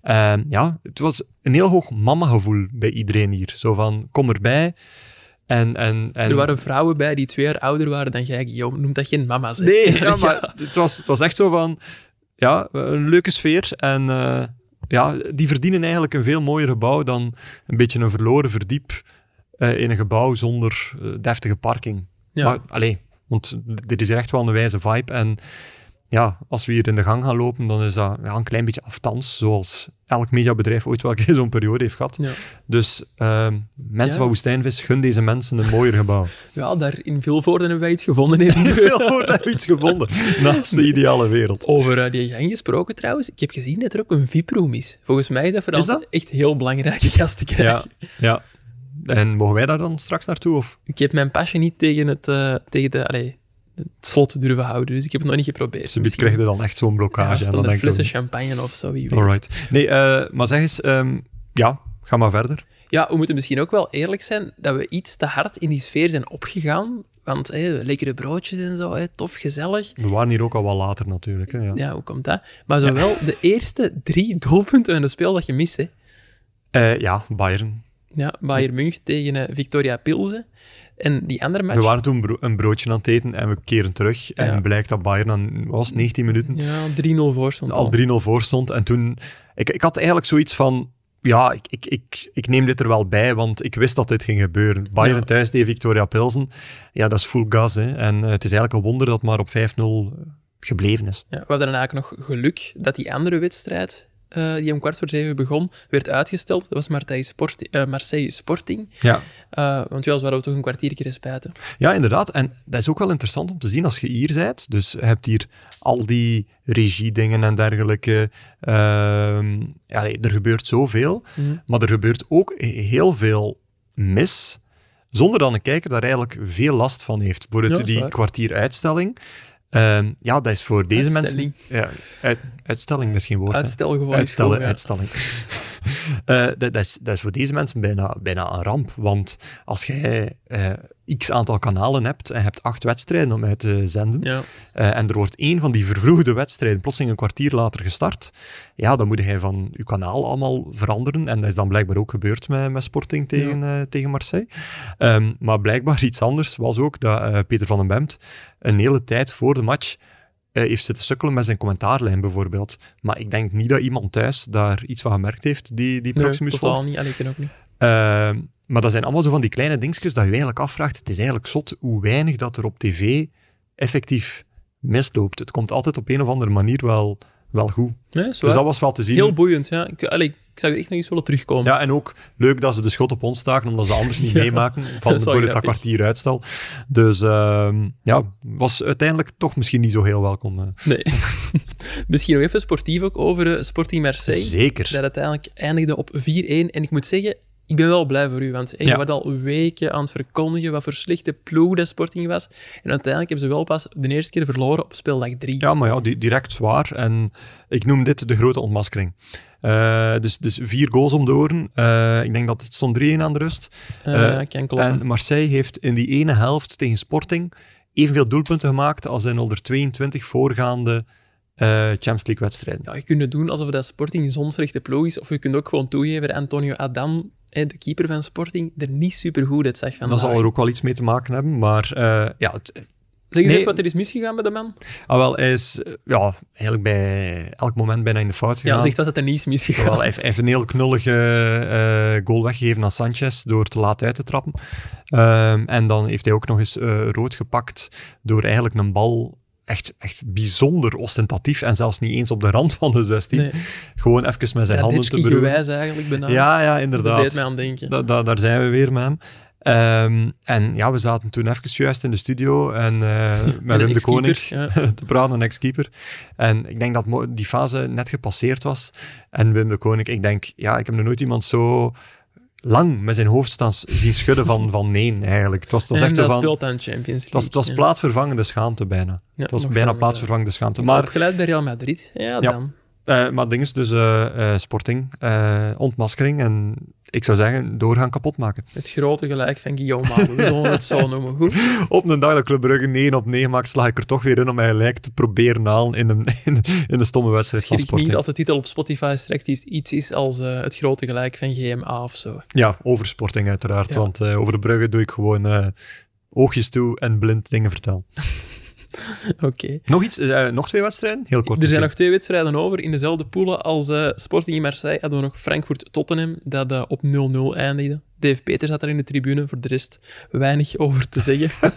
Het was een heel hoog mama-gevoel bij iedereen hier. Zo van, kom erbij. En er waren vrouwen bij die 2 jaar ouder waren dan jij. Jo, noemt dat geen mama's, hè? Nee, ja, maar het was echt zo van... Ja, een leuke sfeer. En... die verdienen eigenlijk een veel mooier gebouw dan een beetje een verloren verdiep in een gebouw zonder deftige parking. Ja. Maar, want er is echt wel een wijze vibe. En ja, als we hier in de gang gaan lopen, dan is dat een klein beetje aftans, zoals elk mediabedrijf ooit wel zo'n periode heeft gehad. Ja. Dus mensen van Woestijnvis, gun deze mensen een mooier gebouw. Ja, daar in Vilvoorde hebben wij iets gevonden. In Vilvoorde hebben we iets gevonden, naast de ideale wereld. Over die gang gesproken trouwens, ik heb gezien dat er ook een VIP-room is. Volgens mij is dat voor ons echt heel belangrijke gasten krijgen. Ja. En mogen wij daar dan straks naartoe? Of? Ik heb mijn pasje niet tegen het slot durven houden, dus ik heb het nog niet geprobeerd. Ze krijg je dan echt zo'n blokkage. Ja, dan een flessen champagne of zo, wie weet. Alright. Nee, maar zeg eens, ga maar verder. Ja, we moeten misschien ook wel eerlijk zijn dat we iets te hard in die sfeer zijn opgegaan. Want lekkere broodjes en zo, tof, gezellig. We waren hier ook al wat later natuurlijk. Hè, ja, hoe komt dat? Maar zowel de eerste 3 doelpunten van het spel dat je mist, hè? Bayern. Ja, Bayern München tegen Victoria Pilsen. En die andere match... We waren toen een broodje aan het eten en we keren terug. En blijkt dat Bayern aan 19 minuten... Ja, 3-0 voor stond. Al 3-0 voor stond. En toen... Ik had eigenlijk zoiets van... Ja, ik neem dit er wel bij, want ik wist dat dit ging gebeuren. Bayern thuis tegen Victoria Pilsen. Ja, dat is full gas. Hè. En het is eigenlijk een wonder dat het maar op 5-0 gebleven is. Ja, we hadden dan eigenlijk nog geluk dat die andere wedstrijd... die om 6:15 begon, werd uitgesteld. Dat was Marseille Sporting. Ja. Want zouden we toch een kwartiertje respijten. Ja, inderdaad. En dat is ook wel interessant om te zien als je hier bent. Dus je hebt hier al die regiedingen en dergelijke. Er gebeurt zoveel. Maar er gebeurt ook heel veel mis, zonder dat een kijker daar eigenlijk veel last van heeft. Bijvoorbeeld die kwartieruitstelling. Dat is voor deze mensen... Ja, uitstelling is geen woord. Uitstel gewoon. Uitstelling. Dat is voor deze mensen bijna een ramp. Want als jij x aantal kanalen hebt en je hebt 8 wedstrijden om uit te zenden, en er wordt 1 van die vervroegde wedstrijden plotseling een kwartier later gestart, ja, dan moet je van je kanaal allemaal veranderen. En dat is dan blijkbaar ook gebeurd met Sporting tegen Marseille. Maar blijkbaar iets anders was ook dat Peter van den Bemt een hele tijd voor de match heeft zitten sukkelen met zijn commentaarlijn bijvoorbeeld. Maar ik denk niet dat iemand thuis daar iets van gemerkt heeft, die Proximus volgt. Totaal niet. Allee, ik ken ook niet. Maar dat zijn allemaal zo van die kleine dingetjes dat je eigenlijk afvraagt. Het is eigenlijk zot hoe weinig dat er op tv effectief misloopt. Het komt altijd op een of andere manier wel goed. Nee, dus dat was wel te zien. Heel boeiend, ja. Ik zou er echt nog eens willen terugkomen. Ja, en ook leuk dat ze de schot op ons staken, omdat ze anders niet meemaken door het kwartier uitstel. Dus was uiteindelijk toch misschien niet zo heel welkom. Nee. Misschien nog even sportief ook over Sporting Marseille. Zeker. Dat uiteindelijk eindigde op 4-1. En ik moet zeggen, ik ben wel blij voor u, want je was al weken aan het verkondigen wat voor slechte ploeg dat Sporting was. En uiteindelijk hebben ze wel pas de eerste keer verloren op speeldag 3. Ja, maar direct zwaar. En ik noem dit de grote ontmaskering. Dus 4 goals om de oren. Ik denk dat het stond 3-1 aan de rust. Kan kloppen. En Marseille heeft in die ene helft tegen Sporting evenveel doelpunten gemaakt als in onder 22 voorgaande Champions League-wedstrijden. Ja, je kunt het doen alsof dat Sporting zo'n slechte ploeg is, of je kunt ook gewoon toegeven dat Antonio Adam, de keeper van Sporting, er niet supergoed uit zag vandaag. Dat zal er ook wel iets mee te maken hebben, maar zeg eens even wat er is misgegaan met de man. Hij is eigenlijk bij elk moment bijna in de fout gegaan. Ja, zegt wat dat er niet is misgegaan. Hij heeft een heel knullige goal weggegeven aan Sanchez door te laat uit te trappen. En dan heeft hij ook nog eens rood gepakt door eigenlijk een bal echt bijzonder ostentatief en zelfs niet eens op de rand van de 16. Nee. Gewoon even met zijn handen te beroeren. Gewijs eigenlijk bijna. Ja, inderdaad. Dat deed mij aan denken. Daar zijn we weer met hem. En we zaten toen even juist in de studio en met Wim de Koning te praten, een ex-keeper. En ik denk dat die fase net gepasseerd was. En Wim de Koning, ik denk, ik heb nog nooit iemand zo lang met zijn hoofd zien schudden van nee, eigenlijk. Het was echt zo van, speelt aan Champions League. Het was plaatsvervangende schaamte bijna. Ja, het was bijna plaatsvervangende schaamte. Maar opgeleid bij Real Madrid. Ja, dan. Maar ding is dus Sporting, ontmaskering en ik zou zeggen, doorgaan kapot maken. Het grote gelijk van Guillaume Malou, we zullen het zo noemen. Goed. Op een dag dat Club Brugge 9-9 maakt, sla ik er toch weer in om mijn gelijk te proberen halen in de stomme wedstrijd van Sporting. Niet als de titel op Spotify strekt iets is als het grote gelijk van GMA of zo. Ja, over Sporting uiteraard, want over de Brugge doe ik gewoon oogjes toe en blind dingen vertellen. Oké. Nog iets? Nog 2 wedstrijden? Heel kort. Er zijn nog 2 wedstrijden over. In dezelfde poelen als Sporting in Marseille hadden we nog Frankfurt-Tottenham, dat op 0-0 eindigde. Dave Peters zat daar in de tribune, voor de rest weinig over te zeggen.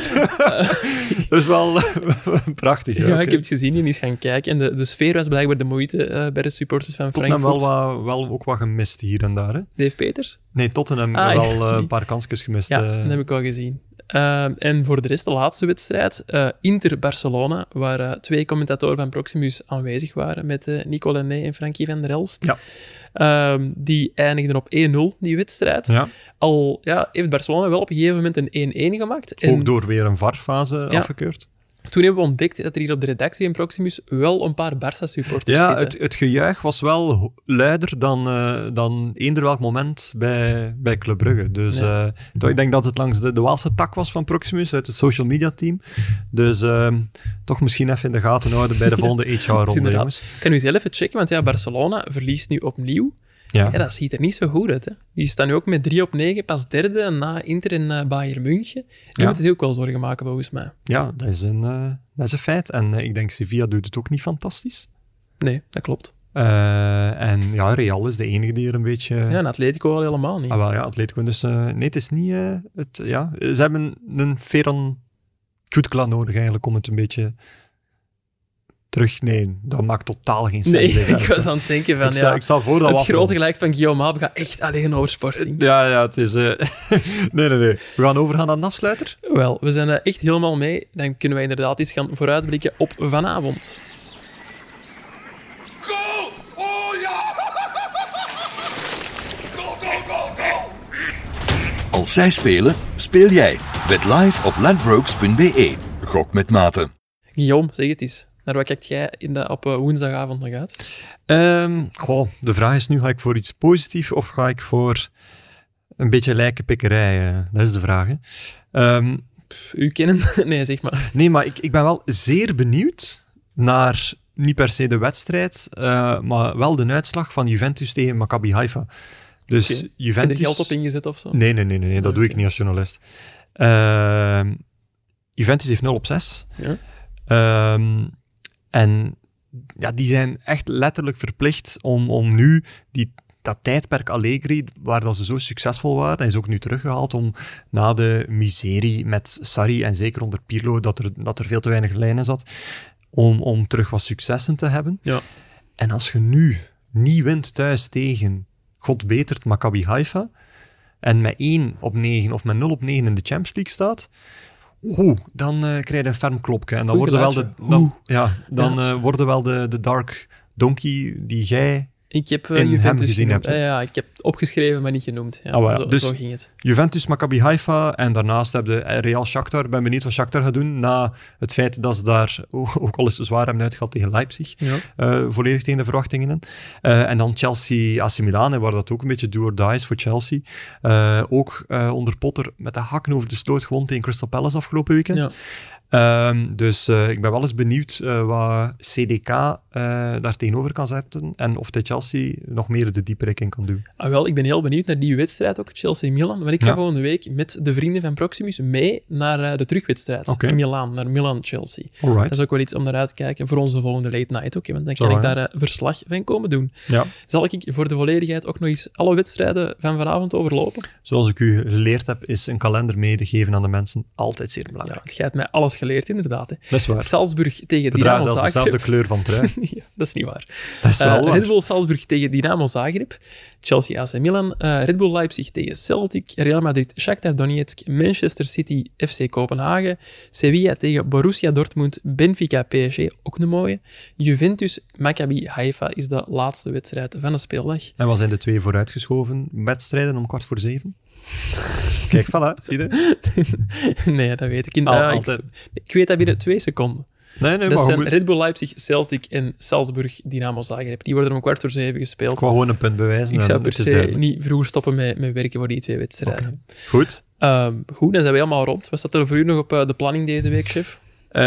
Dat is wel prachtig. Ja, okay. Ik heb het gezien, die is gaan kijken. En de sfeer was blijkbaar de moeite bij de supporters van Frankfurt. Tottenham wel ook wat gemist hier en daar. Hè? Dave Peters? Nee, Tottenham wel een paar kansjes gemist. Ja, dat heb ik wel gezien. En voor de rest, de laatste wedstrijd, Inter-Barcelona, waar 2 commentatoren van Proximus aanwezig waren, met Nico Lenné en Frankie van der Elst. Ja. Die eindigden op 1-0, die wedstrijd. Ja. Al heeft Barcelona wel op een gegeven moment een 1-1 gemaakt. Ook door weer een VAR-fase afgekeurd. Toen hebben we ontdekt dat er hier op de redactie in Proximus wel een paar Barça-supporters zitten. Het gejuich was wel luider dan eender welk moment bij Club Brugge. Dus ik denk dat het langs de Waalse tak was van Proximus, uit het social media team. Dus toch misschien even in de gaten houden bij de volgende HR-ronde, jongens. Kan u zelf even checken, want Barcelona verliest nu opnieuw. Ja, dat ziet er niet zo goed uit. Hè. Die staan nu ook met 3-9, pas derde na Inter en Bayern München. Die moeten zich ook wel zorgen maken, volgens mij. Ja, dat is een feit. En ik denk, Sevilla doet het ook niet fantastisch. Nee, dat klopt. En Real is de enige die er een beetje... Ja, en Atletico al helemaal niet. Atletico dus... nee, het is niet... Ze hebben een Ferran Kutgla nodig eigenlijk om het een beetje... Nee, dat maakt totaal geen sens. Nee, ik was aan het denken van... Ik stel voor dat het grote gelijk van Guillaume Malou gaat echt alleen over Sporting. Ja, het is... Nee. We gaan overgaan naar een afsluiter. Wel, we zijn echt helemaal mee. Dan kunnen wij inderdaad eens gaan vooruitblikken op vanavond. Goal! Oh ja! Goal! Als zij spelen, speel jij. Bet live op ladbrokes.be. Gok met mate. Guillaume, zeg het eens. Naar wat kijkt jij op woensdagavond nog uit? De vraag is nu, ga ik voor iets positiefs of ga ik voor een beetje lijkenpikkerij? Dat is de vraag. Hè. U kennen? Nee, zeg maar. Nee, maar ik ben wel zeer benieuwd naar niet per se de wedstrijd, maar wel de uitslag van Juventus tegen Maccabi Haifa. Dus Okay. Juventus... Heb je er geld op ingezet of zo? Nee, dat doe ik niet als journalist. Juventus heeft 0-6. Ja. En ja, die zijn echt letterlijk verplicht om nu dat tijdperk Allegri, waar dat ze zo succesvol waren, en is ook nu teruggehaald om na de miserie met Sarri en zeker onder Pirlo, dat er veel te weinig lijnen zat, om terug wat successen te hebben. Ja. En als je nu niet wint thuis tegen God betert Maccabi Haifa en met 1-9 of met 0-9 in de Champions League staat, dan krijg je een ferm klopje. En dan worden wel de dark donkey die jij Ik heb in hem Juventus gezien genoemd. hebt. Ja, ik heb opgeschreven, maar niet genoemd. Ja, Dus zo ging het. Juventus, Maccabi Haifa en daarnaast heb je Real Shakhtar. Ik ben benieuwd wat Shakhtar gaat doen na het feit dat ze daar ook al eens zwaar hebben uitgehaald tegen Leipzig. Ja. Volledig tegen de verwachtingen in. En dan Chelsea, AC Milan, waar dat ook een beetje do or die is voor Chelsea. Ook onder Potter met de hakken over de sloot gewonnen tegen Crystal Palace afgelopen weekend. Ja. Dus ik ben wel eens benieuwd wat CDK daar tegenover kan zetten en of de Chelsea nog meer de dieperik in kan doen. Wel, ik ben heel benieuwd naar die wedstrijd ook, Chelsea-Milan. Maar ik ga volgende week met de vrienden van Proximus mee naar de terugwedstrijd in Milaan, naar Milan-Chelsea. Alright. Dat is ook wel iets om naar uit te kijken voor onze volgende late night ook. Want dan kan ik daar verslag van komen doen. Ja. Zal ik voor de volledigheid ook nog eens alle wedstrijden van vanavond overlopen? Zoals ik u geleerd heb, is een kalender meegeven aan de mensen altijd zeer Ja, belangrijk. het gaat mij alles geleerd, inderdaad. Hè. Dat is waar. Salzburg tegen We Dynamo dragen zelfs Zagreb. dezelfde kleur van trui. Ja, dat is niet waar. Dat is wel waar. Red Bull Salzburg tegen Dynamo Zagreb, Chelsea AC Milan, Red Bull Leipzig tegen Celtic, Real Madrid Shakhtar Donetsk, Manchester City FC Kopenhagen, Sevilla tegen Borussia Dortmund, Benfica PSG, ook een mooie. Juventus Maccabi Haifa is de laatste wedstrijd van de speeldag. En wat zijn de 2 vooruitgeschoven wedstrijden om 6:15? Kijk, voilà, zie je? Nee, dat weet ik. Altijd. Ik weet dat binnen 2 seconden. Nee, Dat maar zijn goed. Red Bull Leipzig, Celtic en Salzburg Dynamo Zagreb. Die worden om 6:15 gespeeld. Ik wou gewoon een punt bewijzen. Ik en zou per het is se duidelijk. niet vroeg stoppen met werken voor die 2 wedstrijden. Goed. Goed, dan zijn we helemaal rond. Wat staat er voor u nog op de planning deze week, chef?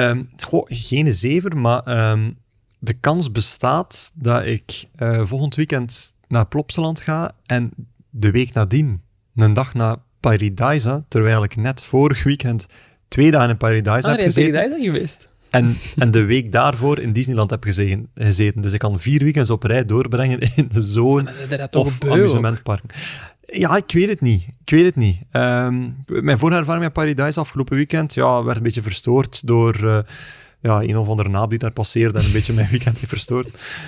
Geen zever, maar de kans bestaat dat ik volgend weekend naar Plopsaland ga en de week nadien een dag naar Paradise, terwijl ik net vorig weekend 2 dagen in Paradise heb gezeten. Paradise geweest? En de week daarvoor in Disneyland heb gezeten. Dus ik kan 4 weekends op rij doorbrengen in zo'n Maar zijn dat toch of beu ook? amusementpark. Ja, ik weet het niet. Mijn voorervaring met Paradise afgelopen weekend werd een beetje verstoord door een of andere naam die daar passeerde en een beetje mijn weekend heeft verstoord.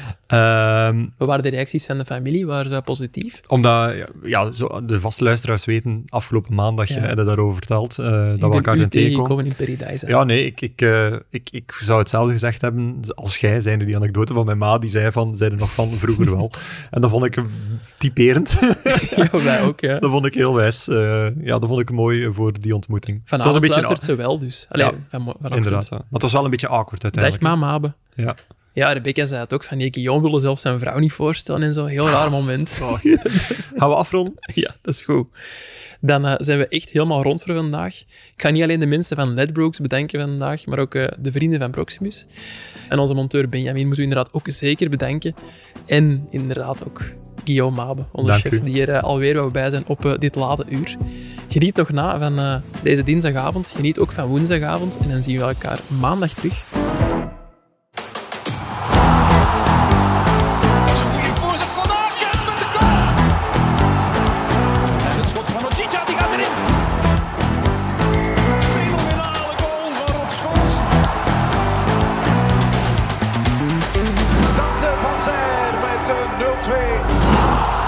Wat waren de reacties van de familie? Waren ze positief? Omdat, zo de vaste luisteraars weten, afgelopen maandag hebben we daarover verteld, dat we elkaar zijn tegengekomen. in Paradise. Ja, nee, ik zou hetzelfde gezegd hebben als jij, zijnde die anekdote van mijn ma, die zei er nog van vroeger wel. En dat vond ik typerend. Ja, wij ook, ja. Dat vond ik heel wijs. Dat vond ik mooi voor die ontmoeting. Vanavond het was een luistert ze wel, dus. Allee, inderdaad. Maar het was wel een beetje awkward uiteindelijk. Dag, mama. Ja. Ja, Rebecca zei het ook, van die Guillaume wilde zelfs zijn vrouw niet voorstellen en zo. Heel raar moment. Gaan we afronden? Ja, dat is goed. Dan zijn we echt helemaal rond voor vandaag. Ik ga niet alleen de mensen van Ledbrokes bedanken vandaag, maar ook de vrienden van Proximus. En onze monteur Benjamin moet u inderdaad ook zeker bedanken. En inderdaad ook Guillaume Mabe, onze Dank chef, u. die er alweer wou bij zijn op dit late uur. Geniet nog na van deze dinsdagavond. Geniet ook van woensdagavond. En dan zien we elkaar maandag terug. Dante van Zijr met een 0-2.